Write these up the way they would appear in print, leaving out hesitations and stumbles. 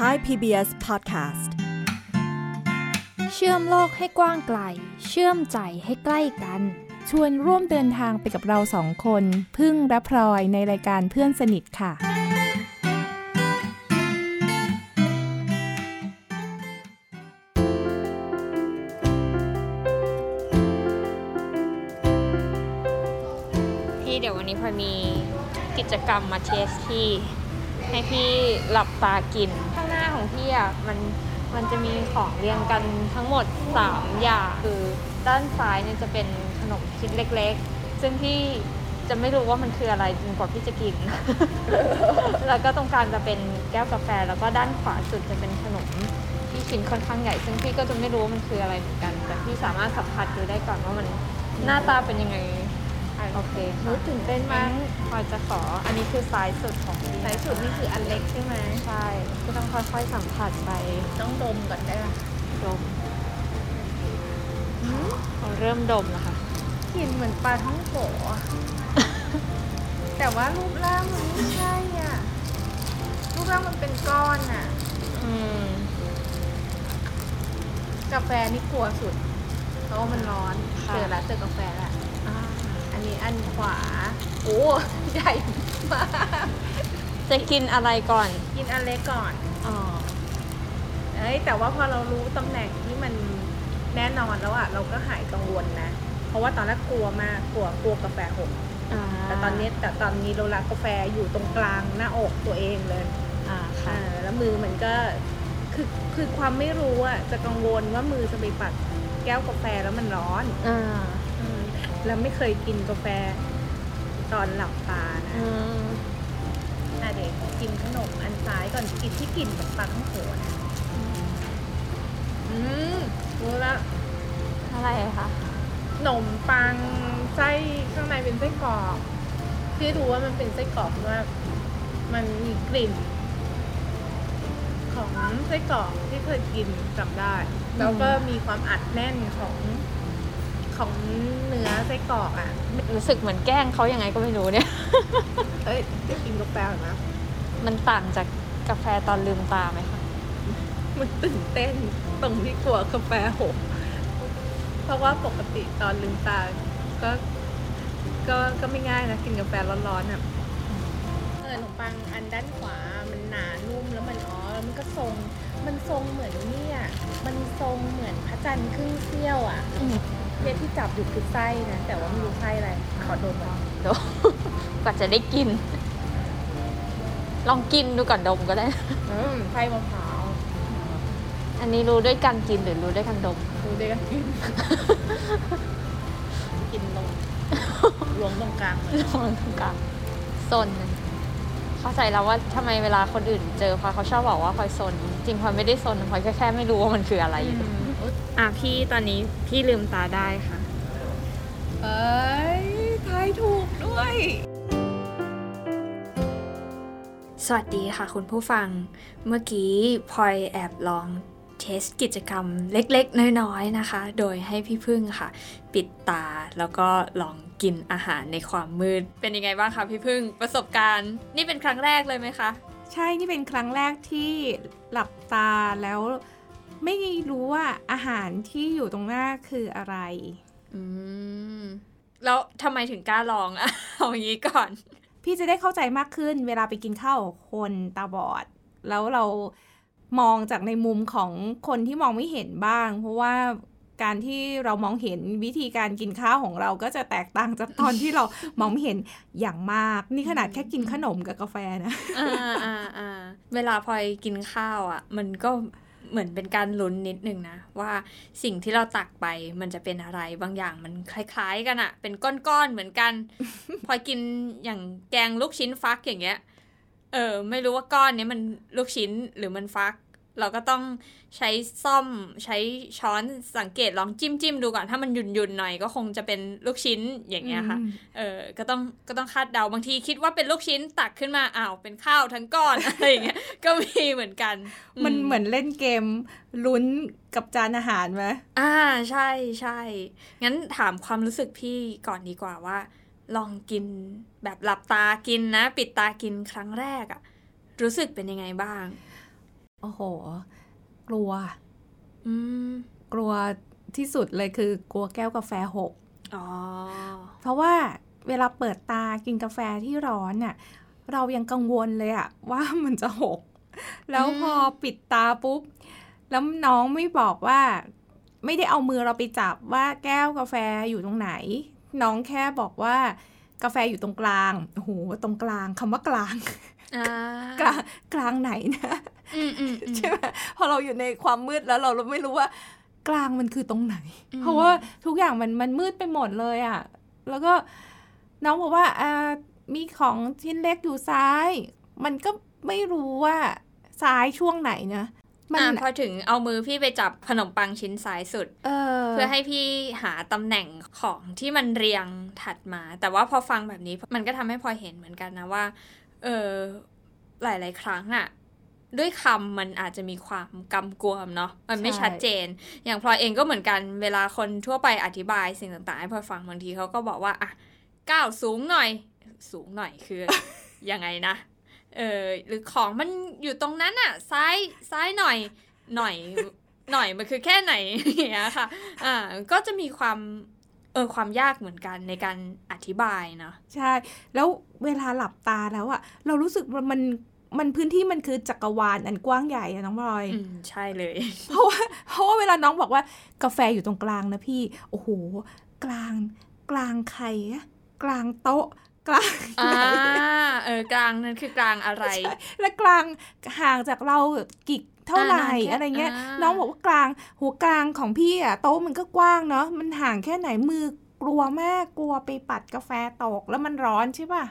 Thai PBS Podcast เชื่อมโลกให้กว้างไกลเชื่อมใจให้ใกล้กันชวนร่วมเดินทางไปกับเราสองคนพึ่งและพลอยในรายการเพื่อนสนิทค่ะพี่เดี๋ยววันนี้พลอยมีกิจกรรมมาเทสที่ให้พี่หลับตากินข้างหน้าของพี่อ่ะมันจะมีของเรียงกันทั้งหมด3อย่างคือด้านซ้ายเนี่ยจะเป็นขนมชิ้นเล็กๆซึ่งพี่จะไม่รู้ว่ามันคืออะไรจนกว่าพี่จะกิน แล้วก็ตรงกลางจะเป็นแก้วกาแฟแล้วก็ด้านขวาสุดจะเป็นขนมที่ชิ้นค่อนข้างใหญ่ซึ่งพี่ก็จะไม่รู้ว่ามันคืออะไรเหมือนกันแต่พี่สามารถสัมผัสดูได้ก่อนว่ามันหน้าตาเป็นยังไงโอเครู้ตื่นเต้นมากพอจะขออันนี้คือซ้ายสุดของพี่ซ้ายสุดนี่คืออันเล็กใช่ไหมใช่ก็ต้องค่อยๆสัมผัสไปต้องดมก่อนได้ไหมดมเราเริ่มดมแล้วค่ะกลิ่นเหมือนปลาท่องโกะ แต่ว่ารูปร่างมันไม่ใช่อ่ะรูปร่างมันเป็นก้อนอ่ะกาแฟนี่กลัวสุดเพราะว่ามันร้อนเจอกาแฟแล้วอันนี้อันขวาโอ้ใหญ่มากจะกินอะไรก่อนกินอันเล็กก่อนแต่ว่าพอเรารู้ตำแหน่งที่มันแน่นอนแล้วอ่ะเราก็หายกังวลนะเพราะว่าตอนแรกกลัวมากกลัวกาแฟหกแต่ตอนนี้เราละกาแฟอยู่ตรงกลางหน้าอกตัวเองเลยแล้วมือมันก็คือความไม่รู้อ่ะจะกังวลว่ามือจะไปปัดแก้วกาแฟแล้วมันร้อนแล้วไม่เคยกินกาแฟตอนหลับตานะเด็กกินขนมอันซ้ายก่อนกินที่กลิ่นแบบปลาท่องโกะนะรู้แล้วอะไรคะขนมปังไส้ข้างในเป็นไส้กรอกพี่รู้ว่ามันเป็นไส้กรอกเพราะว่ามันมีกลิ่นของไส้กรอกที่เคยกินจำได้แล้วก็มีความอัดแน่นของเนื้อไส้กรอกอ่ะรู้สึกเหมือนแกล้งเขายังไงก็ไม่รู้เนี่ยจะกินกาแฟนะมันต่างจากกาแฟตอนลืมตาไหมคะมันตื่นเต้นตรงที่กลัวกาแฟหกเพราะว่าปกติตอนลืมตาก็ไม่ง่ายนะกินกาแฟร้อนๆอ่ะขนมปังอันด้านขวามันหนานุ่มแล้วมันแล้วมันก็ทรงเหมือนเนี่ยมันทรงเหมือนพระจันทร์ครึ่งเสี้ยวอ่ะเนี่ยที่จับอยู่คือไส้นะแต่ว่าไม่รู้ไส้อะไรขอดมก่อนดมกว่าจะได้กินลองกินดูก่อนดมก็ได้ไส้มะพร้าวอันนี้รู้ด้วยการกินหรือรู้ด้วยการดมรู้ด้วยการกินกินลงล้วงตรงกลางซนเข้าใจแล้วว่าทำไมเวลาคนอื่นเจอพลอยเขาชอบบอกว่าพลอยซนจริงพลอยไม่ได้ซนพลอยแค่ไม่รู้ว่ามันคืออะไรพี่ตอนนี้พี่ลืมตาได้ค่ะทายถูกด้วยสวัสดีค่ะคุณผู้ฟังเมื่อกี้พลอยแอบลองเทสกิจกรรมเล็กๆน้อยๆนะคะโดยให้พี่พึ่งค่ะปิดตาแล้วก็ลองกินอาหารในความมืดเป็นยังไงบ้างคะพี่พึ่งประสบการณ์นี่เป็นครั้งแรกเลยไหมคะใช่นี่เป็นครั้งแรกที่หลับตาแล้วไม่รู้ว่าอาหารที่อยู่ตรงหน้าคืออะไรแล้วทำไมถึงกล้าลองเอาอย่างนี้ก่อนพี่จะได้เข้าใจมากขึ้นเวลาไปกินข้าวกับคนตาบอดแล้วเรามองจากในมุมของคนที่มองไม่เห็นบ้างเพราะว่าการที่เรามองเห็นวิธีการกินข้าวของเราก็จะแตกต่างจากตอนที่เรามองไม่เห็นอย่างมากนี่ขนาดแค่กินขนมกับกาแฟนะเวลาพลอยกินข้าวอ่ะมันก็เหมือนเป็นการลุ้นนิดนึงนะว่าสิ่งที่เราตักไปมันจะเป็นอะไรบางอย่างมันคล้ายๆกันอะเป็นก้อนๆเหมือนกัน พอกินอย่างแกงลูกชิ้นฟักอย่างเงี้ยไม่รู้ว่าก้อนนี้มันลูกชิ้นหรือมันฟักเราก็ต้องใช้ซ่อมใช้ช้อนสังเกตลองจิ้มดูก่อนถ้ามันหยุ่นๆหน่อยก็คงจะเป็นลูกชิ้นอย่างเงี้ยค่ะก็ต้องคาดเดาบางทีคิดว่าเป็นลูกชิ้นตักขึ้นมาอ้าวเป็นข้าวทั้งก้อนอะไรอย่างเงี้ยก็มีเหมือนกันมันเหมือนเล่นเกมลุ้นกับจานอาหารไหมใช่งั้นถามความรู้สึกพี่ก่อนดีกว่าว่าลองกินแบบหลับตากินนะปิดตากินครั้งแรกอะรู้สึกเป็นยังไงบ้างโอ้โหกลัวอืมกลัวที่สุดเลยคือกลัวแก้วกาแฟหกอ๋อเพราะว่าเวลาเปิดตากินกาแฟที่ร้อนน่ะเรายังกังวลเลยอะว่ามันจะหกแล้วพอปิดตาปุ๊บแล้วน้องไม่บอกว่าไม่ได้เอามือเราไปจับว่าแก้วกาแฟอยู่ตรงไหนน้องแค่บอกว่ากาแฟอยู่ตรงกลางโอ้โหตรงกลางคำว่ากลางกลางไหนนะใช่ไหมพอเราอยู่ในความมืดแล้วเราไม่รู้ว่ากลางมันคือตรงไหนเพราะว่าทุกอย่างมันมืดไปหมดเลยอะแล้วก็น้องบอกว่ามีของชิ้นเล็กอยู่ซ้ายมันก็ไม่รู้ว่าซ้ายช่วงไหนนะพอถึงเอามือพี่ไปจับขนมปังชิ้นซ้ายสุดเพื่อให้พี่หาตำแหน่งของที่มันเรียงถัดมาแต่ว่าพอฟังแบบนี้มันก็ทำให้พลอยเห็นเหมือนกันนะว่าหลายๆครั้งอะด้วยคำมันอาจจะมีความกำกวมเนาะมันไม่ชัดเจนอย่างพลอยเองก็เหมือนกันเวลาคนทั่วไปอธิบายสิ่งต่างๆให้พลอยฟังบางทีเขาก็บอกว่าอ่ะก้าวสูงหน่อยคือ ยังไงนะหรือของมันอยู่ตรงนั้นอ่ะซ้ายหน่อยมันคือแค่ไหนอย่างเงี้ยค่ะก็จะมีความยากเหมือนกันในการอธิบายเนาะใช่แล้วเวลาหลับตาแล้วอ่ะเรารู้สึกว่ามันพื้นที่มันคือจักรวาลอันกว้างใหญ่อะน้องพลอยใช่เลยเพราะว่าเวลาน้องบอกว่ากาแฟอยู่ตรงกลางนะพี่โอ้โหกลางใครอะกลางโต๊ะกลางกลางนั้นคือกลางอะไรและกลางห่างจากเรากี่เท่าไหร่อะไรเงี้ยน้องบอกว่ากลางหัวกลางของพี่อ่ะโต๊ะมันก็กว้างเนาะมันห่างแค่ไหนมือกลัวมากกลัวไปปัดกาแฟตกแล้วมันร้อนใช่ป่ะ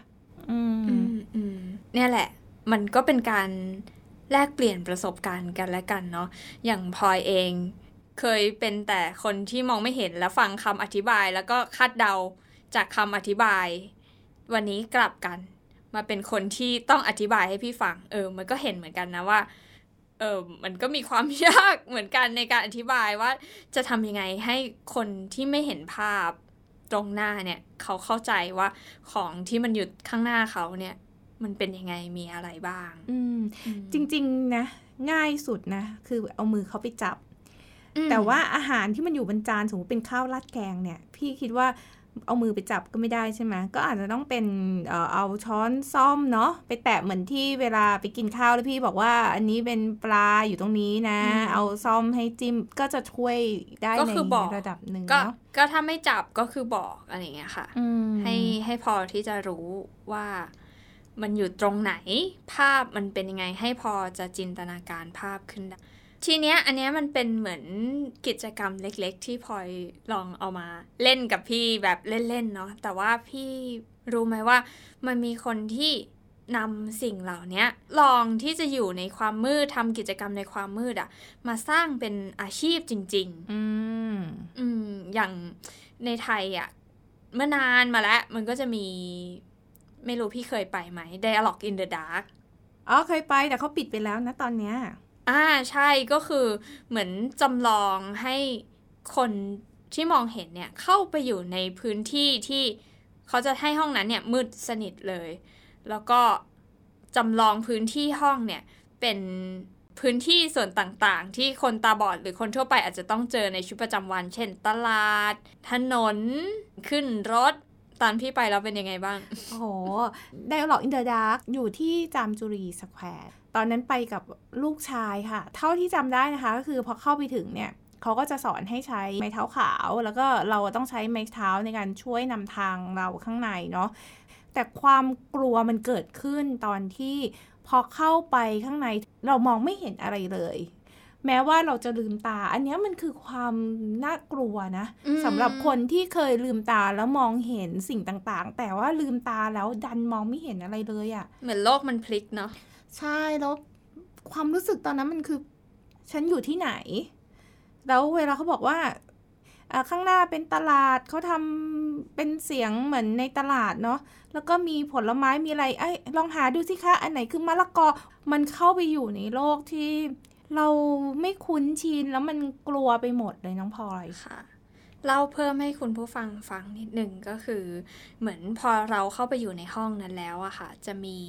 เนี่ยแหละมันก็เป็นการแลกเปลี่ยนประสบการณ์กันและกันเนาะอย่างพลอยเองเคยเป็นแต่คนที่มองไม่เห็นแล้วฟังคำอธิบายแล้วก็คาดเดาจากคำอธิบายวันนี้กลับกันมาเป็นคนที่ต้องอธิบายให้พี่ฟังมันก็เห็นเหมือนกันนะว่ามันก็มีความยากเหมือนกันในการอธิบายว่าจะทำยังไงให้คนที่ไม่เห็นภาพตรงหน้าเนี่ยเขาเข้าใจว่าของที่มันอยู่ข้างหน้าเขาเนี่ยมันเป็นยังไงมีอะไรบ้างจริงๆนะง่ายสุดนะคือเอามือเขาไปจับแต่ว่าอาหารที่มันอยู่บนจานสมมติเป็นข้าวราดแกงเนี่ยพี่คิดว่าเอามือไปจับก็ไม่ได้ใช่ไหมก็อาจจะต้องเป็นเอาช้อนซ่อมเนาะไปแตะเหมือนที่เวลาไปกินข้าวแล้วพี่บอกว่าอันนี้เป็นปลาอยู่ตรงนี้นะเอาซ่อมให้จิ้มก็จะช่วยได้ในระดับหนึ่งเนาะก็ถ้าไม่จับก็คือบอกอะไรอย่างเงี้ยค่ะให้พอที่จะรู้ว่ามันอยู่ตรงไหนภาพมันเป็นยังไงให้พอจะจินตนาการภาพขึ้นได้ทีเนี้ยอันเนี้ยมันเป็นเหมือนกิจกรรมเล็กๆที่พลอยลองเอามาเล่นกับพี่แบบเล่นๆเนาะแต่ว่าพี่รู้ไหมว่ามันมีคนที่นำสิ่งเหล่านี้ลองที่จะอยู่ในความมืดทำกิจกรรมในความมืดอะมาสร้างเป็นอาชีพจริงๆอย่างในไทยอะเมื่อนานมาแล้วมันก็จะมีไม่รู้พี่เคยไปไหม Dialogue in the Dark เคยไปแต่เขาปิดไปแล้วนะตอนเนี้ยใช่ก็คือเหมือนจำลองให้คนที่มองเห็นเนี่ยเข้าไปอยู่ในพื้นที่ที่เขาจะให้ห้องนั้นเนี่ยมืดสนิทเลยแล้วก็จำลองพื้นที่ห้องเนี่ยเป็นพื้นที่ส่วนต่างๆที่คนตาบอดหรือคนทั่วไปอาจจะต้องเจอในชีวิตประจำวันเช่นตลาดถนนขึ้นรถตอนพี่ไปแล้วเป็นยังไงบ้างโอ้โห Dialogue in the Dark อยู่ที่จามจุรีสแควร์ตอนนั้นไปกับลูกชายค่ะเท่าที่จำได้นะคะก็คือพอเข้าไปถึงเนี่ยเขาก็จะสอนให้ใช้ไม้เท้าขาวแล้วก็เราต้องใช้ไม้เท้าในการช่วยนำทางเราข้างในเนาะแต่ความกลัวมันเกิดขึ้นตอนที่พอเข้าไปข้างในเรามองไม่เห็นอะไรเลยแม้ว่าเราจะลืมตาอันนี้มันคือความน่ากลัวนะสำหรับคนที่เคยลืมตาแล้วมองเห็นสิ่งต่างๆแต่ว่าลืมตาแล้วดันมองไม่เห็นอะไรเลยอะเหมือนโลกมันพลิกเนาะใช่แล้วความรู้สึกตอนนั้นมันคือฉันอยู่ที่ไหนแล้วเวลาเขาบอกว่าข้างหน้าเป็นตลาดเขาทำเป็นเสียงเหมือนในตลาดเนาะแล้วก็มีผลไม้มีอะไรลองหาดูสิคะอันไหนคือมะละกอมันเข้าไปอยู่ในโลกที่เราไม่คุ้นชินแล้วมันกลัวไปหมดเลยน้องพลอยค่ะเล่าเพิ่มให้คุณผู้ฟังนิดนึงก็คือเหมือนพอเราเข้าไปอยู่ในห้องนั้นแล้วอะค่ะจะมี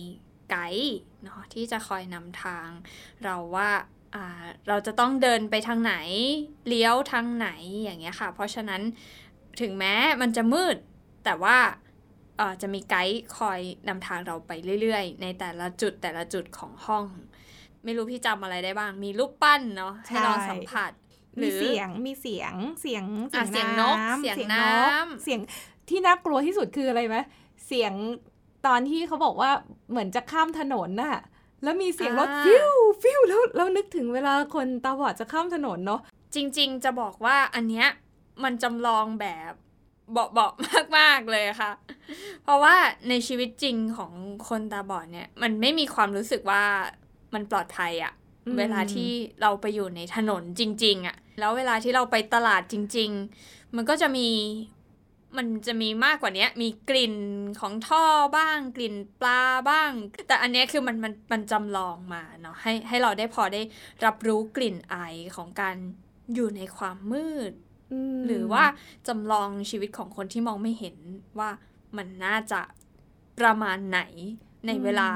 ไกด์เนาะที่จะคอยนำทางเราว่าเราจะต้องเดินไปทางไหนเลี้ยวทางไหนอย่างเงี้ยค่ะเพราะฉะนั้นถึงแม้มันจะมืดแต่ว่าจะมีไกด์คอยนำทางเราไปเรื่อยๆในแต่ละจุดของห้องไม่รู้พี่จำอะไรได้บ้างมีรูปปั้นเนาะให้ลองสัมผัสมีเสียงนกเสียงน้ำเสียงที่น่ากลัวที่สุดคืออะไรไหมเสียงตอนที่เขาบอกว่าเหมือนจะข้ามถนนน่ะแล้วมีเสียงรถฟิวแล้วนึกถึงเวลาคนตาบอดจะข้ามถนนเนาะจริงๆจะบอกว่าอันเนี้ยมันจำลองแบบเบาๆมากๆเลยค่ะเพราะว่าในชีวิตจริงของคนตาบอดเนี่ยมันไม่มีความรู้สึกว่ามันปลอดภัยอะเวลาที่เราไปอยู่ในถนนจริงๆอะแล้วเวลาที่เราไปตลาดจริงๆมันก็จะมีมากกว่านี้มีกลิ่นของท่อบ้างกลิ่นปลาบ้างแต่อันนี้คือมันจำลองมาเนาะให้เราได้พอได้รับรู้กลิ่นไอของการอยู่ในความมืดหรือว่าจำลองชีวิตของคนที่มองไม่เห็นว่ามันน่าจะประมาณไหนในเวลา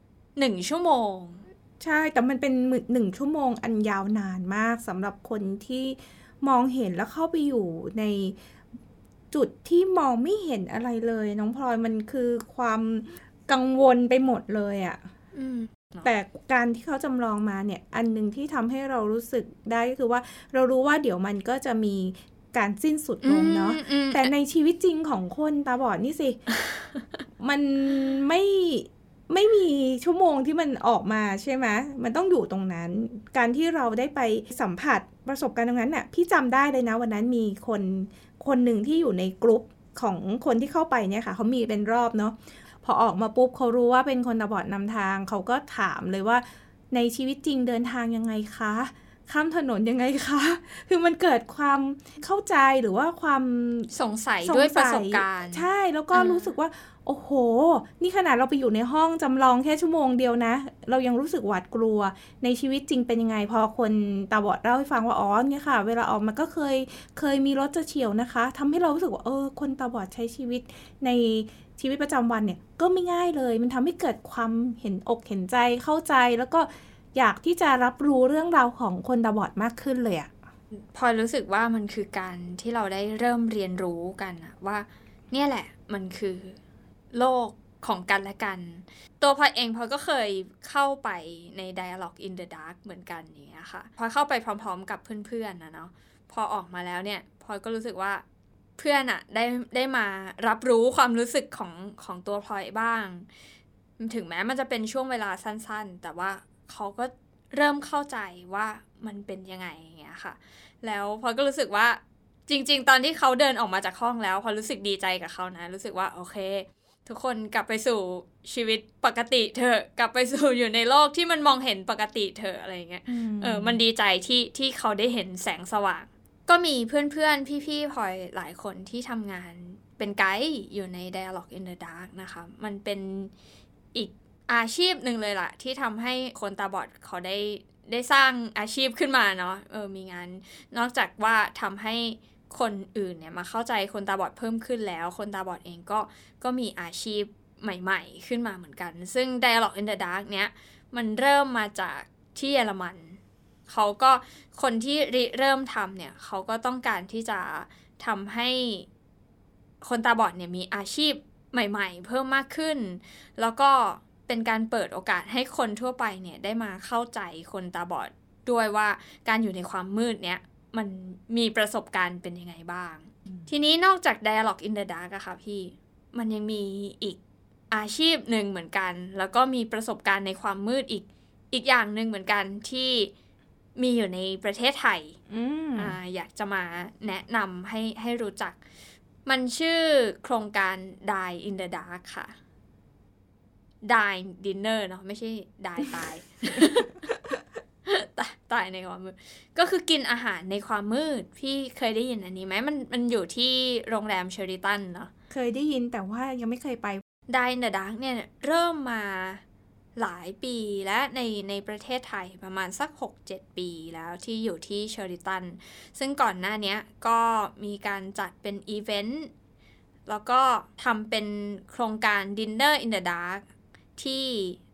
1 ชั่วโมงใช่แต่มันเป็น1 ชั่วโมงอันยาวนานมากสำหรับคนที่มองเห็นแล้วเข้าไปอยู่ในจุดที่มองไม่เห็นอะไรเลยน้องพลอยมันคือความกังวลไปหมดเลยอ่ะแต่การที่เขาจำลองมาเนี่ยอันนึงที่ทำให้เรารู้สึกได้ก็คือว่าเรารู้ว่าเดี๋ยวมันก็จะมีการสิ้นสุดลงเนาะแต่ในชีวิตจริงของคนตาบอดนี่สิ มันไม่มีชั่วโมงที่มันออกมาใช่ไหมมันต้องอยู่ตรงนั้นการที่เราได้ไปสัมผัสประสบการณ์ตรงนั้นน่ะพี่จำได้เลยนะวันนั้นมีคนหนึ่งที่อยู่ในกลุ่มของคนที่เข้าไปเนี่ยค่ะเขามีเป็นรอบเนาะพอออกมาปุ๊บเขารู้ว่าเป็นคนตาบอดนำทางเขาก็ถามเลยว่าในชีวิตจริงเดินทางยังไงคะข้ามถนนยังไงคะคือมันเกิดความเข้าใจหรือว่าความสงสัยด้วยประสบการณ์ใช่แล้วก็รู้สึกว่าโอ้โหนี่ขนาดเราไปอยู่ในห้องจำลองแค่ชั่วโมงเดียวนะเรายังรู้สึกหวาดกลัวในชีวิตจริงเป็นยังไงพอคนตาบอดเล่าให้ฟังว่าอ๋อเนี่ยค่ะเวลาออกมาก็เคยมีรถจะเฉี่ยวนะคะทำให้เรารู้สึกว่าคนตาบอดใช้ชีวิตในชีวิตประจำวันเนี่ยก็ไม่ง่ายเลยมันทำให้เกิดความเห็นอกเห็นใจเข้าใจแล้วก็อยากที่จะรับรู้เรื่องราวของคนตาบอดมากขึ้นเลยอะพอรู้สึกว่ามันคือการที่เราได้เริ่มเรียนรู้กันอะว่าเนี่ยแหละมันคือโลกของกันและกันตัวพลอยเองพลอยก็เคยเข้าไปใน Dialogue in the Dark เหมือนกันเนี่ยค่ะพลอยเข้าไปพร้อมๆกับเพื่อนๆนะเนาะพอออกมาแล้วเนี่ยพลอยก็รู้สึกว่าเพื่อนอะได้มารับรู้ความรู้สึกของตัวพลอยบ้างถึงแม้มันจะเป็นช่วงเวลาสั้นๆแต่ว่าเขาก็เริ่มเข้าใจว่ามันเป็นยังไงอย่างเงี้ยค่ะแล้วพลอยก็รู้สึกว่าจริงๆตอนที่เขาเดินออกมาจากห้องแล้วพลอยรู้สึกดีใจกับเขานะรู้สึกว่าโอเคทุกคนกลับไปสู่ชีวิตปกติเถอะกลับไปสู่อยู่ในโลกที่มันมองเห็นปกติเถอะอะไรเงี้ยมันดีใจที่เขาได้เห็นแสงสว่างก็มีเพื่อนๆพี่ๆพลอยหลายคนที่ทำงานเป็นไกด์อยู่ใน Dialogue in the Dark นะคะมันเป็นอีกอาชีพหนึ่งเลยล่ะที่ทำให้คนตาบอดเขาได้สร้างอาชีพขึ้นมาเนาะมีงานนอกจากว่าทำให้คนอื่นเนี่ยมาเข้าใจคนตาบอดเพิ่มขึ้นแล้วคนตาบอดเองก็มีอาชีพใหม่ๆขึ้นมาเหมือนกันซึ่ง Dialogue in the Dark เนี้ยมันเริ่มมาจากที่เยอรมันเขาก็คนที่เริ่มทำเนี่ยเขาก็ต้องการที่จะทำให้คนตาบอดเนี่ยมีอาชีพใหม่ๆเพิ่มมากขึ้นแล้วก็เป็นการเปิดโอกาสให้คนทั่วไปเนี่ยได้มาเข้าใจคนตาบอดด้วยว่าการอยู่ในความมืดเนี่ยมันมีประสบการณ์เป็นยังไงบ้างทีนี้นอกจาก Dialogue in the Dark อะค่ะพี่มันยังมีอีกอาชีพหนึ่งเหมือนกันแล้วก็มีประสบการณ์ในความมืดอีกอย่างหนึ่งเหมือนกันที่มีอยู่ในประเทศไทยอยากจะมาแนะนำให้รู้จักมันชื่อโครงการ Die in the Dark ค่ะ Die Dinner เนาะไม่ใช่ Die ตาย ตายในความมืดก็คือกินอาหารในความมืดพี่เคยได้ยินอันนี้ไหมมันอยู่ที่โรงแรมเชอริตันเนาะเคยได้ยินแต่ว่ายังไม่เคยไป Die in the Dark เนี่ยเริ่มมาหลายปีและในประเทศไทยประมาณสัก 6-7 ปีแล้วที่อยู่ที่เชอริตันซึ่งก่อนหน้านี้ก็มีการจัดเป็นอีเวนต์แล้วก็ทำเป็นโครงการ Dinner in the Dark ที่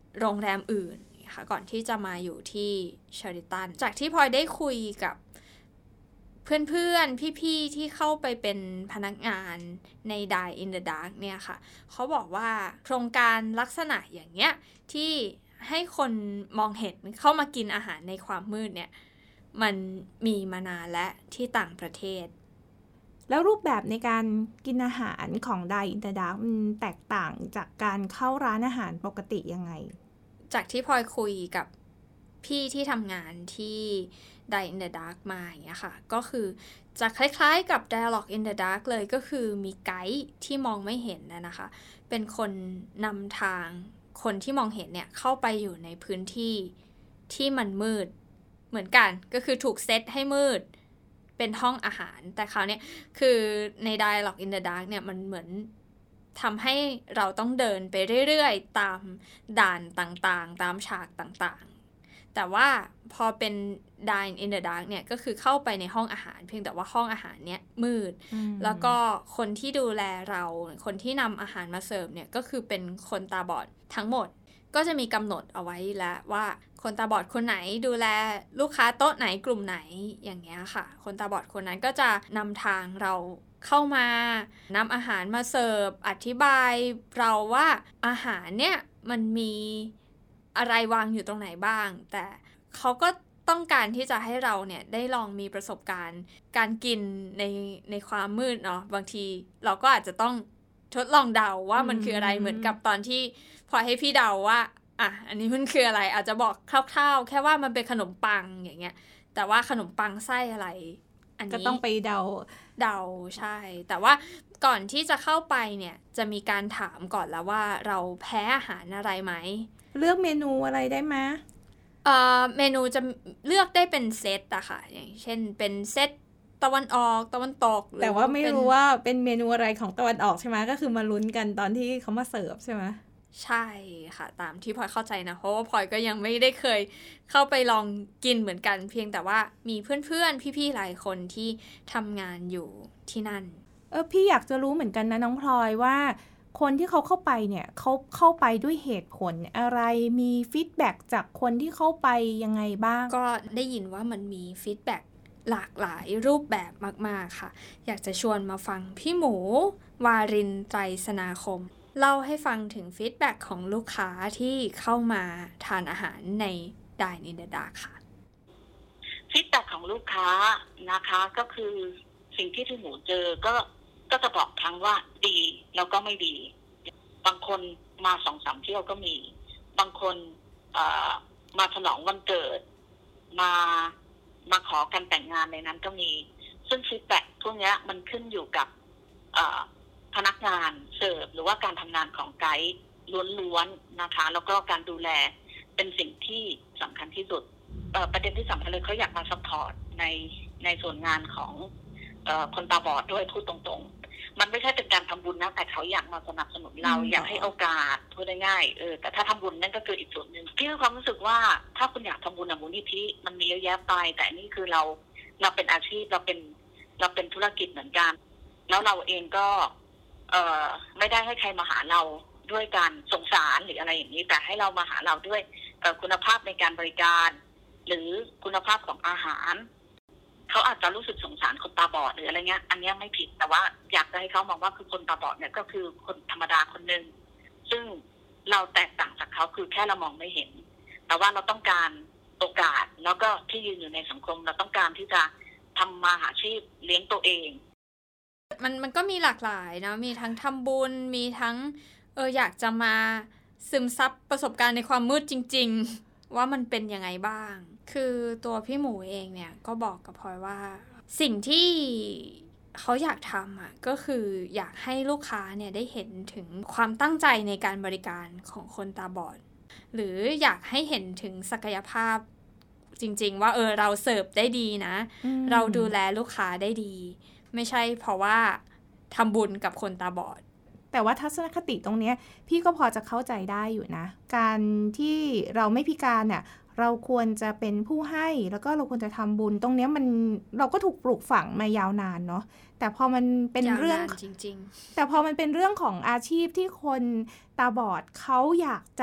โรงแรมอื่นค่ะก่อนที่จะมาอยู่ที่เชอริตันจากที่พลอยได้คุยกับเพื่อนๆพี่ๆที่เข้าไปเป็นพนักงานใน Dine in the Dark เนี่ยค่ะเขาบอกว่าโครงการลักษณะอย่างเงี้ยที่ให้คนมองเห็นเข้ามากินอาหารในความมืดเนี่ยมันมีมานานและที่ต่างประเทศแล้วรูปแบบในการกินอาหารของ Dine in the Dark มันแตกต่างจากการเข้าร้านอาหารปกติยังไงจากที่พลอยคุยกับพี่ที่ทำงานที่ Dine in the Dark มาอย่างเงี้ยค่ะก็คือจะคล้ายๆกับ Dialogue in the Dark เลยก็คือมีไกด์ที่มองไม่เห็นนะคะเป็นคนนำทางคนที่มองเห็นเนี่ยเข้าไปอยู่ในพื้นที่ที่มันมืดเหมือนกันก็คือถูกเซตให้มืดเป็นห้องอาหารแต่คราวนี้คือใน Dialogue in the Dark เนี่ยมันเหมือนทำให้เราต้องเดินไปเรื่อยๆตามด่านต่างๆตามฉากต่างๆแต่ว่าพอเป็น Dine in the Dark เนี่ยก็คือเข้าไปในห้องอาหารเพียงแต่ว่าห้องอาหารเนี่ยมืดแล้วก็คนที่ดูแลเราคนที่นำอาหารมาเสิร์ฟเนี่ยก็คือเป็นคนตาบอดทั้งหมดก็จะมีกำหนดเอาไว้แล้วว่าคนตาบอดคนไหนดูแลลูกค้าโต๊ะไหนกลุ่มไหนอย่างเงี้ยค่ะคนตาบอดคนนั้นก็จะนำทางเราเข้ามานำอาหารมาเสิร์ฟอธิบายเราว่าอาหารเนี่ยมันมีอะไรวางอยู่ตรงไหนบ้างแต่เขาก็ต้องการที่จะให้เราเนี่ยได้ลองมีประสบการณ์การกินในความมืดเนาะบางทีเราก็อาจจะต้องทดลองเดาว่ามันคืออะไรเหมือนกับตอนที่พอให้พี่เดาว่าอันนี้มันคืออะไรอาจจะบอกคร่าวๆแค่ว่ามันเป็นขนมปังอย่างเงี้ยแต่ว่าขนมปังไส้อะไรอันนี้ก็ต้องไปเดาใช่แต่ว่าก่อนที่จะเข้าไปเนี่ยจะมีการถามก่อนแล้วว่าเราแพ้อาหารอะไรไหมเลือกเมนูอะไรได้ไหมเมนูจะเลือกได้เป็นเซตอะค่ะอย่างเช่นเป็นเซตตะวันออกตะวันตกแต่ว่าไม่รู้ว่าเป็นเมนูอะไรของตะวันออกใช่ไหมก็คือมาลุ้นกันตอนที่เขามาเสิร์ฟใช่ไหมใช่ค่ะตามที่พลอยเข้าใจนะเพราะว่าพลอยก็ยังไม่ได้เคยเข้าไปลองกินเหมือนกันเพียงแต่ว่ามีเพื่อนๆพี่ๆหลายคนที่ทำงานอยู่ที่นั่นพี่อยากจะรู้เหมือนกันนะน้องพลอยว่าคนที่เขาเข้าไปเนี่ยเขาเข้าไปด้วยเหตุผลอะไรมีฟีดแบ็กจากคนที่เข้าไปยังไงบ้างก็ได้ยินว่ามันมีฟีดแบ็กหลากหลายรูปแบบมากๆค่ะอยากจะชวนมาฟังพี่หมูวารินไตรสนาคมเล่าให้ฟังถึงฟีดแบ็กของลูกค้าที่เข้ามาทานอาหารใน Dine in the Dark ค่ะฟีดแบ็กของลูกค้านะคะก็คือสิ่งที่พี่หมูเจอก็จะบอกทั้งว่าดีแล้วก็ไม่ดีบางคนมา 2-3 เที่ยวก็มีบางคนมาฉลองวันเกิดมาขอกันแต่งงานในนั้นก็มีซึ่งฟีดแบ็กพวกนี้มันขึ้นอยู่กับพนักงานเสิร์ฟหรือว่าการทำงานของไกด์ล้วนๆนะคะแล้วก็การดูแลเป็นสิ่งที่สำคัญที่สุดประเด็นที่สำคัญเลยเขาอยากมาซัพพอร์ตในส่วนงานของคนตาบอดด้วยพูดตรงๆมันไม่ใช่เป็นการทำบุญนะแต่เขาอยากมาสนับสนุนเราอยากให้โอกาสพูดง่ายๆแต่ถ้าทำบุญนั่นก็คืออีกส่วนหนึ่งพี่มีความรู้สึกว่าถ้าคุณอยากทำบุญมูลนิธิมันมีเยอะแยะไปแต่นี่คือเราเป็นอาชีพเราเป็นธุรกิจเหมือนกันแล้วเราเองก็ไม่ได้ให้ใครมาหาเราด้วยการสงสารหรืออะไรอย่างนี้แต่ให้เรามาหาเราด้วยคุณภาพในการบริการหรือคุณภาพของอาหารเขาอาจจะรู้สึกสงสารคนตาบอดหรืออะไรเงี้ยอันนี้ไม่ผิดแต่ว่าอยากจะให้เขามองว่าคือคนตาบอดเนี่ยก็คือคนธรรมดาคนนึงซึ่งเราแตกต่างจากเขาคือแค่เรามองไม่เห็นแต่ว่าเราต้องการโอกาสแล้วก็ที่ยืนอยู่ในสังคมเราต้องการที่จะทำมาหาชีพเลี้ยงตัวเองมันก็มีหลากหลายนะมีทั้งทำบุญมีทั้งอยากจะมาซึมซับประสบการณ์ในความมืดจริงๆว่ามันเป็นยังไงบ้างคือตัวพี่หมูเองเนี่ยก็บอกกับพลอยว่าสิ่งที่เขาอยากทำก็คืออยากให้ลูกค้าเนี่ยได้เห็นถึงความตั้งใจในการบริการของคนตาบอดหรืออยากให้เห็นถึงศักยภาพจริงๆว่าเราเสิร์ฟได้ดีนะเราดูแลลูกค้าได้ดีไม่ใช่เพราะว่าทำบุญกับคนตาบอดแต่ว่าทัศนคติตรงนี้พี่ก็พอจะเข้าใจได้อยู่นะการที่เราไม่พิการเนี่ยเราควรจะเป็นผู้ให้แล้วก็เราควรจะทำบุญตรงนี้เราก็ถูกปลูกฝังมายาวนานเนาะแต่พอมันเป็นเรื่องจริงๆแต่พอมันเป็นเรื่องของอาชีพที่คนตาบอดเขาอยากจะ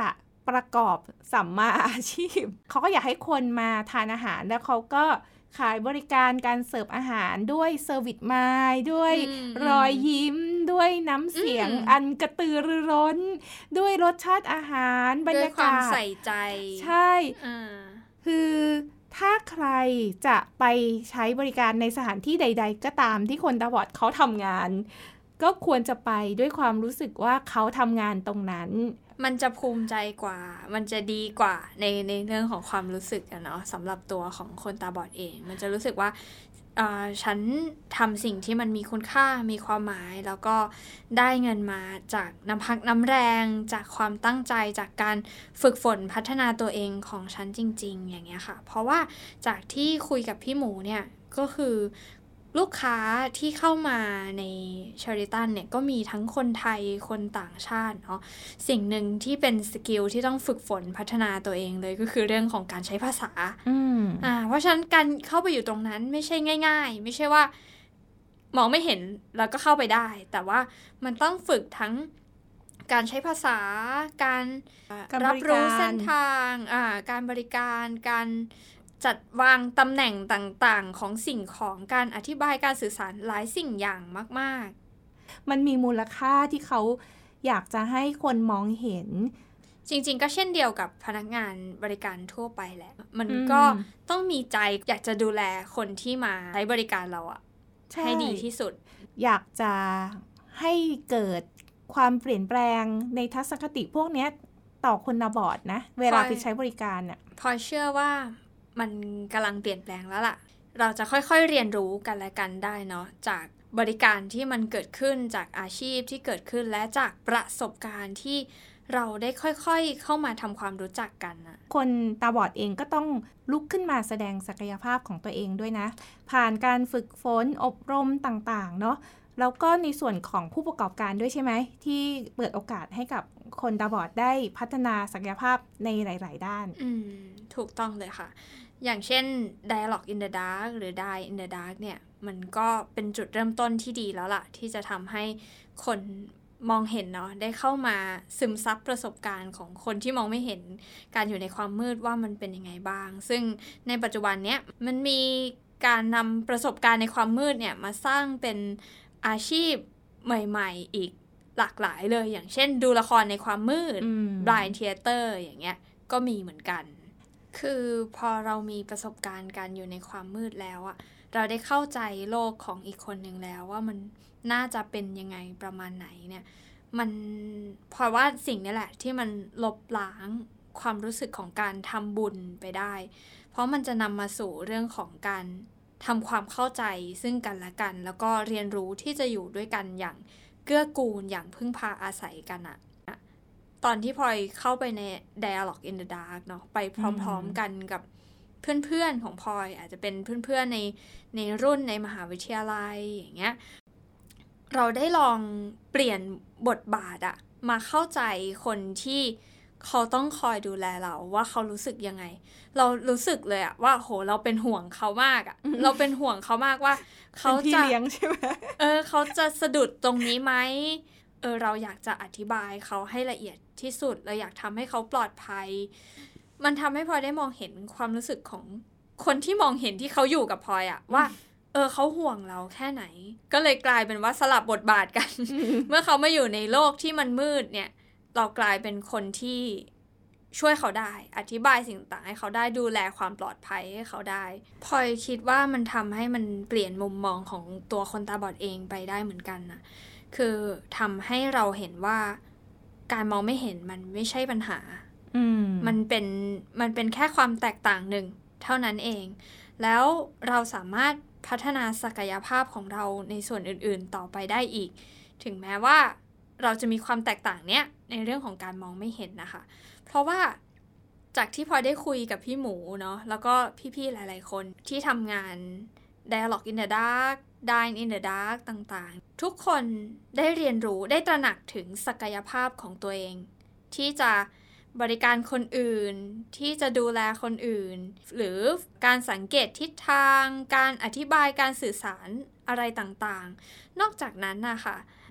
ประกอบสัมมาอาชีพ เขาก็อยากให้คนมาทานอาหารแล้วเขาก็ขายบริการการเสิร์ฟอาหารด้วยเซอร์วิสไมล์ด้วยรอยยิ้มด้วยน้ำเสียงอันกระตือรือร้นด้วยรสชาติอาหารบรรยากาศด้วยความใส่ใจใช่คือถ้าใครจะไปใช้บริการในสถานที่ใดๆก็ตามที่คนตาบอดเขาทำงานก็ควรจะไปด้วยความรู้สึกว่าเขาทำงานตรงนั้นมันจะภูมิใจกว่ามันจะดีกว่าในเรื่องของความรู้สึกอะเนาะสำหรับตัวของคนตาบอดเองมันจะรู้สึกว่าฉันทำสิ่งที่มันมีคุณค่ามีความหมายแล้วก็ได้เงินมาจากน้ำพักน้ำแรงจากความตั้งใจจากการฝึกฝนพัฒนาตัวเองของฉันจริงๆอย่างเงี้ยค่ะเพราะว่าจากที่คุยกับพี่หมูเนี่ยก็คือลูกค้าที่เข้ามาในเชอริตันเนี่ยก็มีทั้งคนไทยคนต่างชาติเนาะสิ่งหนึ่งที่เป็นสกิลที่ต้องฝึกฝนพัฒนาตัวเองเลยก็คือเรื่องของการใช้ภาษาเพราะฉะนั้นการเข้าไปอยู่ตรงนั้นไม่ใช่ง่ายๆไม่ใช่ว่ามองไม่เห็นแล้วก็เข้าไปได้แต่ว่ามันต้องฝึกทั้งการใช้ภาษาการรับรู้เส้นทางการบริการการจัดวางตำแหน่งต่างๆของสิ่งของการอธิบายการสื่อสารหลายสิ่งอย่างมากๆมันมีมูลค่าที่เขาอยากจะให้คนมองเห็นจริงๆก็เช่นเดียวกับพนักงานบริการทั่วไปแหละมันก็ต้องมีใจอยากจะดูแลคนที่มาใช้บริการเราอะให้ดีที่สุดอยากจะให้เกิดความเปลี่ยนแปลงในทัศนคติพวกนี้ต่อคนตาบอดนะเวลาไปใช้บริการน่ะพอเชื่อว่ามันกำลังเปลี่ยนแปลงแล้วล่ะเราจะค่อยๆเรียนรู้กันและกันได้เนาะจากบริการที่มันเกิดขึ้นจากอาชีพที่เกิดขึ้นและจากประสบการณ์ที่เราได้ค่อยๆเข้ามาทำความรู้จักกันนะคนตาบอดเองก็ต้องลุกขึ้นมาแสดงศักยภาพของตัวเองด้วยนะผ่านการฝึกฝนอบรมต่างๆเนาะแล้วก็ในส่วนของผู้ประกอบการด้วยใช่ไหมที่เปิดโอกาสให้กับคนตาบอดได้พัฒนาศักยภาพในหลายๆด้านถูกต้องเลยค่ะอย่างเช่น Dialogue in the Dark หรือ Die in the Dark เนี่ยมันก็เป็นจุดเริ่มต้นที่ดีแล้วล่ะที่จะทำให้คนมองเห็นเนาะได้เข้ามาซึมซับประสบการณ์ของคนที่มองไม่เห็นการอยู่ในความมืดว่ามันเป็นยังไงบ้างซึ่งในปัจจุบันเนี้ยมันมีการนำประสบการณ์ในความมืดเนี่ยมาสร้างเป็นอาชีพใหม่ๆอีกหลากหลายเลยอย่างเช่นดูละครในความมืด Blind Theater อย่างเงี้ยก็มีเหมือนกันคือพอเรามีประสบการณ์การอยู่ในความมืดแล้วอะเราได้เข้าใจโลกของอีกคนหนึ่งแล้วว่ามันน่าจะเป็นยังไงประมาณไหนเนี่ยมันเพราะว่าสิ่งนี้แหละที่มันลบล้างความรู้สึกของการทำบุญไปได้เพราะมันจะนำมาสู่เรื่องของการทำความเข้าใจซึ่งกันและกันแล้วก็เรียนรู้ที่จะอยู่ด้วยกันอย่างเกื้อกูลอย่างพึ่งพาอาศัยกันอะตอนที่พลอยเข้าไปใน Dialogue in the Dark เนาะไปพร้อมๆกันกับเพื่อนๆของพลอยอาจจะเป็นเพื่อนๆในรุ่นในมหาวิทยาลัยอย่างเงี้ยเราได้ลองเปลี่ยนบทบาทอะมาเข้าใจคนที่เขาต้องคอยดูแลเราว่าเขารู้สึกยังไงเรารู้สึกเลยอะว่าโหเราเป็นห่วงเขามากอะเราเป็นห่วงเขามากว่าเขาจะเลี้ยงใช่ไหมเขาจะสะดุดตรงนี้ไหมเราอยากจะอธิบายเขาให้ละเอียดที่สุดเราอยากทำให้เขาปลอดภัยมันทำให้พลอยได้มองเห็นความรู้สึกของคนที่มองเห็นที่เขาอยู่กับพลอยอะว่าเขาห่วงเราแค่ไหนก็เลยกลายเป็นว่าสลับบทบาทกัน เมื่อเขามาอยู่ในโลกที่มันมืดเนี่ยเรากลายเป็นคนที่ช่วยเขาได้อธิบายสิ่งต่างให้เขาได้ดูแลความปลอดภัยให้เขาได้พลอยคิดว่ามันทำให้มันเปลี่ยนมุมมองของตัวคนตาบอดเองไปได้เหมือนกันนะคือทำให้เราเห็นว่าการมองไม่เห็นมันไม่ใช่ปัญหามันเป็นแค่ความแตกต่างหนึ่งเท่านั้นเองแล้วเราสามารถพัฒนาศักยภาพของเราในส่วนอื่นๆต่อไปได้อีกถึงแม้ว่าเราจะมีความแตกต่างเนี้ยในเรื่องของการมองไม่เห็นนะคะเพราะว่าจากที่พอได้คุยกับพี่หมูเนาะแล้วก็พี่ๆหลายๆคนที่ทำงาน Dialogue in the Dark Dine in the Dark ต่างๆทุกคนได้เรียนรู้ได้ตระหนักถึงศักยภาพของตัวเองที่จะบริการคนอื่นที่จะดูแลคนอื่นหรือการสังเกตทิศทางการอธิบายการสื่อสารอะไรต่างๆนอกจากนั้นนะคะ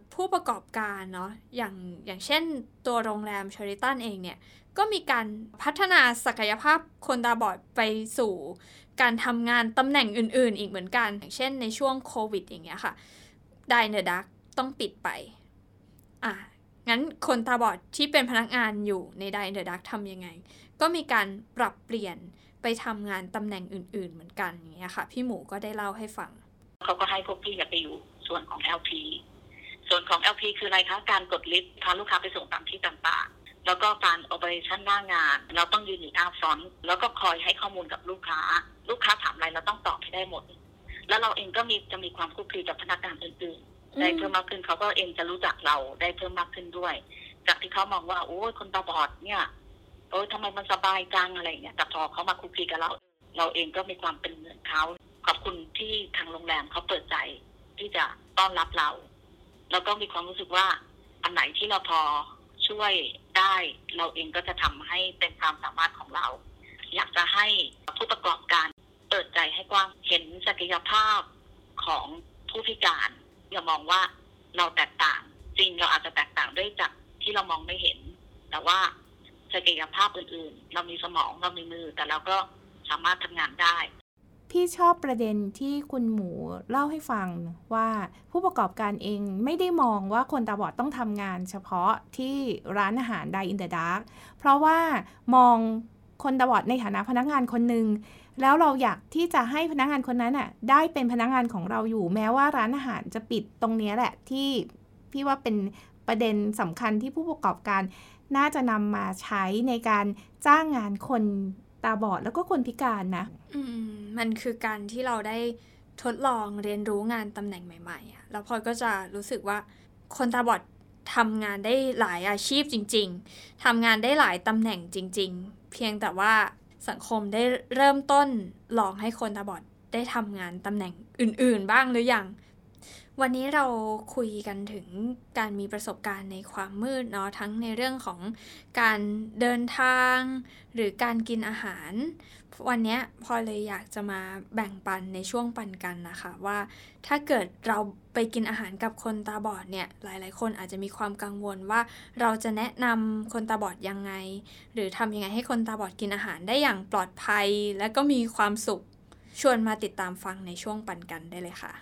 ผู้ประกอบการเนาะอย่างเช่นตัวโรงแรมเชอริตันเองเนี่ยก็มีการพัฒนาศักยภาพคนตาบอดไปสู่การทำงานตำแหน่งอื่นๆอีกเหมือนกันอย่างเช่นในช่วงโควิดอย่างเงี้ยค่ะDine in the Darkต้องปิดไปงั้นคนตาบอดที่เป็นพนักงานอยู่ในDine in the Darkทำยังไงก็มีการปรับเปลี่ยนไปทำงานตำแหน่งอื่นๆเหมือนกันอย่างเงี้ยค่ะพี่หมูก็ได้เล่าให้ฟังเขาก็ให้พวกพี่ไปอยู่ส่วนของ LP ส่วนของ LP คืออะไรคะการกดลิฟต์พาลูกค้าไปส่งตามที่ต่างๆแล้วก็การ operation หน้างานเราต้องยืนอยู่หน้าฟรอนต์แล้วก็คอยให้ข้อมูลกับลูกค้าถามอะไรเราต้องตอบให้ได้หมดแล้วเราเองก็จะมีความคลุกคลีกับพนักงานอื่นๆได้เพิ่มมากขึ้นเขาก็เองจะรู้จักเราได้เพิ่มมากขึ้นด้วยจากที่เขามองว่าโอ้ยคนตาบอดเนี่ยโอ้ยทำไมมันสบายจังอะไรอย่างเงี้ยแต่พอเขามาคลุกคลีกับเราเองก็มีความเป็นเหมือนเขาขอบคุณที่ทางโรงแรมเขาเปิดใจที่จะต้อนรับเราแล้วก็มีความรู้สึกว่าอันไหนที่เราพอช่วยได้เราเองก็จะทำให้เป็นความสามารถของเราอยากจะให้ผู้ประกอบการเปิดใจให้กว้างเห็นศักยภาพของผู้พิการอย่ามองว่าเราแตกต่างจริงเราอาจจะแตกต่างด้วยจากที่เรามองไม่เห็นแต่ว่าศักยภาพอื่นๆเรามีสมองเรามีมือแต่เราก็สามารถทำงานได้พี่ชอบประเด็นที่คุณหมูเล่าให้ฟังว่าผู้ประกอบการเองไม่ได้มองว่าคนตาบอดต้องทำงานเฉพาะที่ร้านอาหาร Dine in the Dark เพราะว่ามองคนตาบอดในฐานะพนักงานคนหนึ่งแล้วเราอยากที่จะให้พนักงานคนนั้นน่ะได้เป็นพนักงานของเราอยู่แม้ว่าร้านอาหารจะปิดตรงนี้แหละที่พี่ว่าเป็นประเด็นสำคัญที่ผู้ประกอบการน่าจะนำมาใช้ในการจ้างงานคนตาบอดแล้วก็คนพิการนะมันคือการที่เราได้ทดลองเรียนรู้งานตำแหน่งใหม่ๆแล้วพลอยก็จะรู้สึกว่าคนตาบอดทำงานได้หลายอาชีพจริงๆทำงานได้หลายตำแหน่งจริงๆเพียงแต่ว่าสังคมได้เริ่มต้นลองให้คนตาบอดได้ทำงานตำแหน่งอื่นๆบ้างหรือยังวันนี้เราคุยกันถึงการมีประสบการณ์ในความมืดเนาะทั้งในเรื่องของการเดินทางหรือการกินอาหารวันนี้พอเลยอยากจะมาแบ่งปันในช่วงปันกันนะคะว่าถ้าเกิดเราไปกินอาหารกับคนตาบอดเนี่ยหลายๆคนอาจจะมีความกังวลว่าเราจะแนะนำคนตาบอดยังไงหรือทำยังไงให้คนตาบอดกินอาหารได้อย่างปลอดภัยและก็มีความสุขชวนมาติดตามฟังในช่วงปันกันได้เลยค่ะ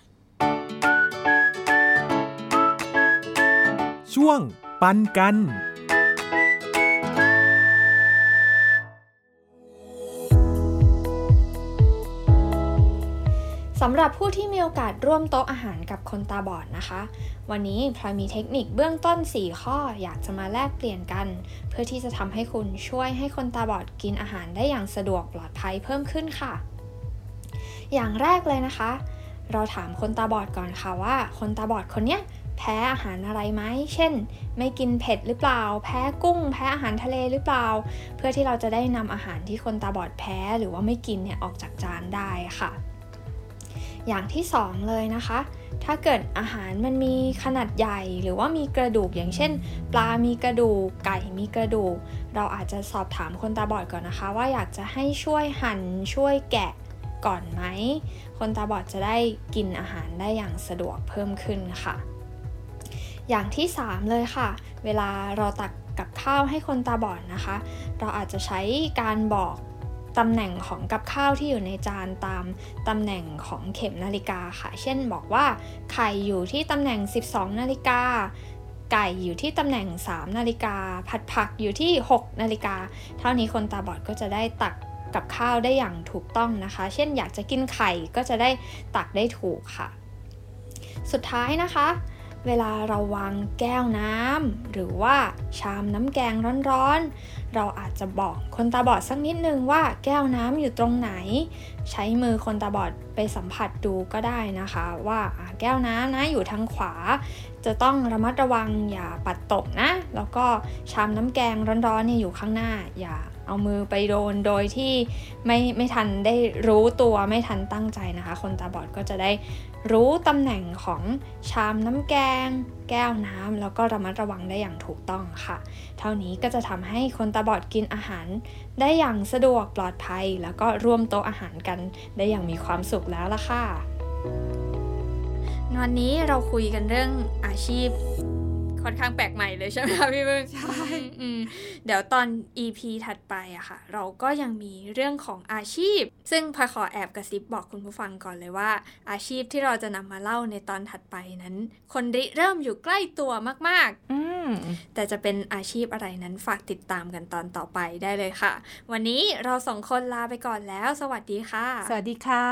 ช่วงปันกันสำหรับผู้ที่มีโอกาสร่วมโต๊ะอาหารกับคนตาบอดนะคะวันนี้พลอยมีเทคนิคเบื้องต้น4ข้ออยากจะมาแลกเปลี่ยนกันเพื่อที่จะทำให้คุณช่วยให้คนตาบอดกินอาหารได้อย่างสะดวกปลอดภัยเพิ่มขึ้นค่ะอย่างแรกเลยนะคะเราถามคนตาบอดก่อนค่ะว่าคนตาบอดคนเนี้ยแพ้อาหารอะไรไหมเช่นไม่กินเผ็ดหรือเปล่าแพ้กุ้งแพ้อาหารทะเลหรือเปล่าเพื่อที่เราจะได้นำอาหารที่คนตาบอดแพ้หรือว่าไม่กินเนี่ยออกจากจานได้ค่ะอย่างที่2เลยนะคะถ้าเกิดอาหารมันมีขนาดใหญ่หรือว่ามีกระดูกอย่างเช่นปลามีกระดูกไก่มีกระดูกเราอาจจะสอบถามคนตาบอดก่อนนะคะว่าอยากจะให้ช่วยหั่นช่วยแกะก่อนไหมคนตาบอดจะได้กินอาหารได้อย่างสะดวกเพิ่มขึ้นค่ะอย่างที่3เลยค่ะเวลาเราตักกับข้าวให้คนตาบอดนะคะเราอาจจะใช้การบอกตำแหน่งของกับข้าวที่อยู่ในจานตามตำแหน่งของเข็มนาฬิกาค่ะเช่นบอกว่าไข่อยู่ที่ตำแหน่ง12นาฬิกาไก่อยู่ที่ตำแหน่ง3นาฬิกาผักอยู่ที่6นาฬิกาเท่านี้คนตาบอดก็จะได้ตักกับข้าวได้อย่างถูกต้องนะคะเช่นอยากจะกินไข่ก็จะได้ตักได้ถูกค่ะสุดท้ายนะคะเวลาเราวางแก้วน้ำหรือว่าชามน้ำแกงร้อนๆเราอาจจะบอกคนตาบอดสักนิดนึงว่าแก้วน้ำอยู่ตรงไหนใช้มือคนตาบอดไปสัมผัสดูก็ได้นะคะว่าแก้วน้ำนะอยู่ทางขวาจะต้องระมัดระวังอย่าปัดตกนะแล้วก็ชามน้ำแกงร้อนๆเนี่ยอยู่ข้างหน้าอย่าเอามือไปโดนโดยที่ไม่ทันได้รู้ตัวไม่ทันตั้งใจนะคะคนตาบอดก็จะได้รู้ตำแหน่งของชามน้ำแกงแก้วน้ำแล้วก็ระมัดระวังได้อย่างถูกต้องค่ะเท่านี้ก็จะทำให้คนตาบอดกินอาหารได้อย่างสะดวกปลอดภัยแล้วก็ร่วมโต๊ะอาหารกันได้อย่างมีความสุขแล้วล่ะค่ะวันนี้เราคุยกันเรื่องอาชีพค่อนข้างแปลกใหม่เลยใช่ไหมคะพี่พึ่งใช่เดี๋ยวตอน EP ถัดไปอะค่ะเราก็ยังมีเรื่องของอาชีพซึ่งพลอยขอแอบกระซิบบอกคุณผู้ฟังก่อนเลยว่าอาชีพที่เราจะนำมาเล่าในตอนถัดไปนั้นคนริเริ่มอยู่ใกล้ตัวมากๆแต่จะเป็นอาชีพอะไรนั้นฝากติดตามกันตอนต่อไปได้เลยค่ะวันนี้เราสองคนลาไปก่อนแล้วสวัสดีค่ะสวัสดีค่ะ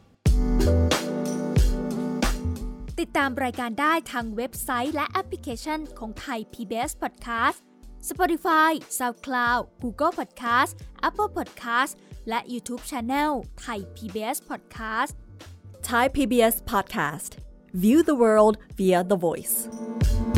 ติดตามรายการได้ทางเว็บไซต์และแอปพลิเคชันของไทย PBS Podcast Spotify SoundCloud Google Podcast Apple Podcast และ YouTube Channel ไทย PBS Podcast Thai PBS Podcast. View the world via the voice.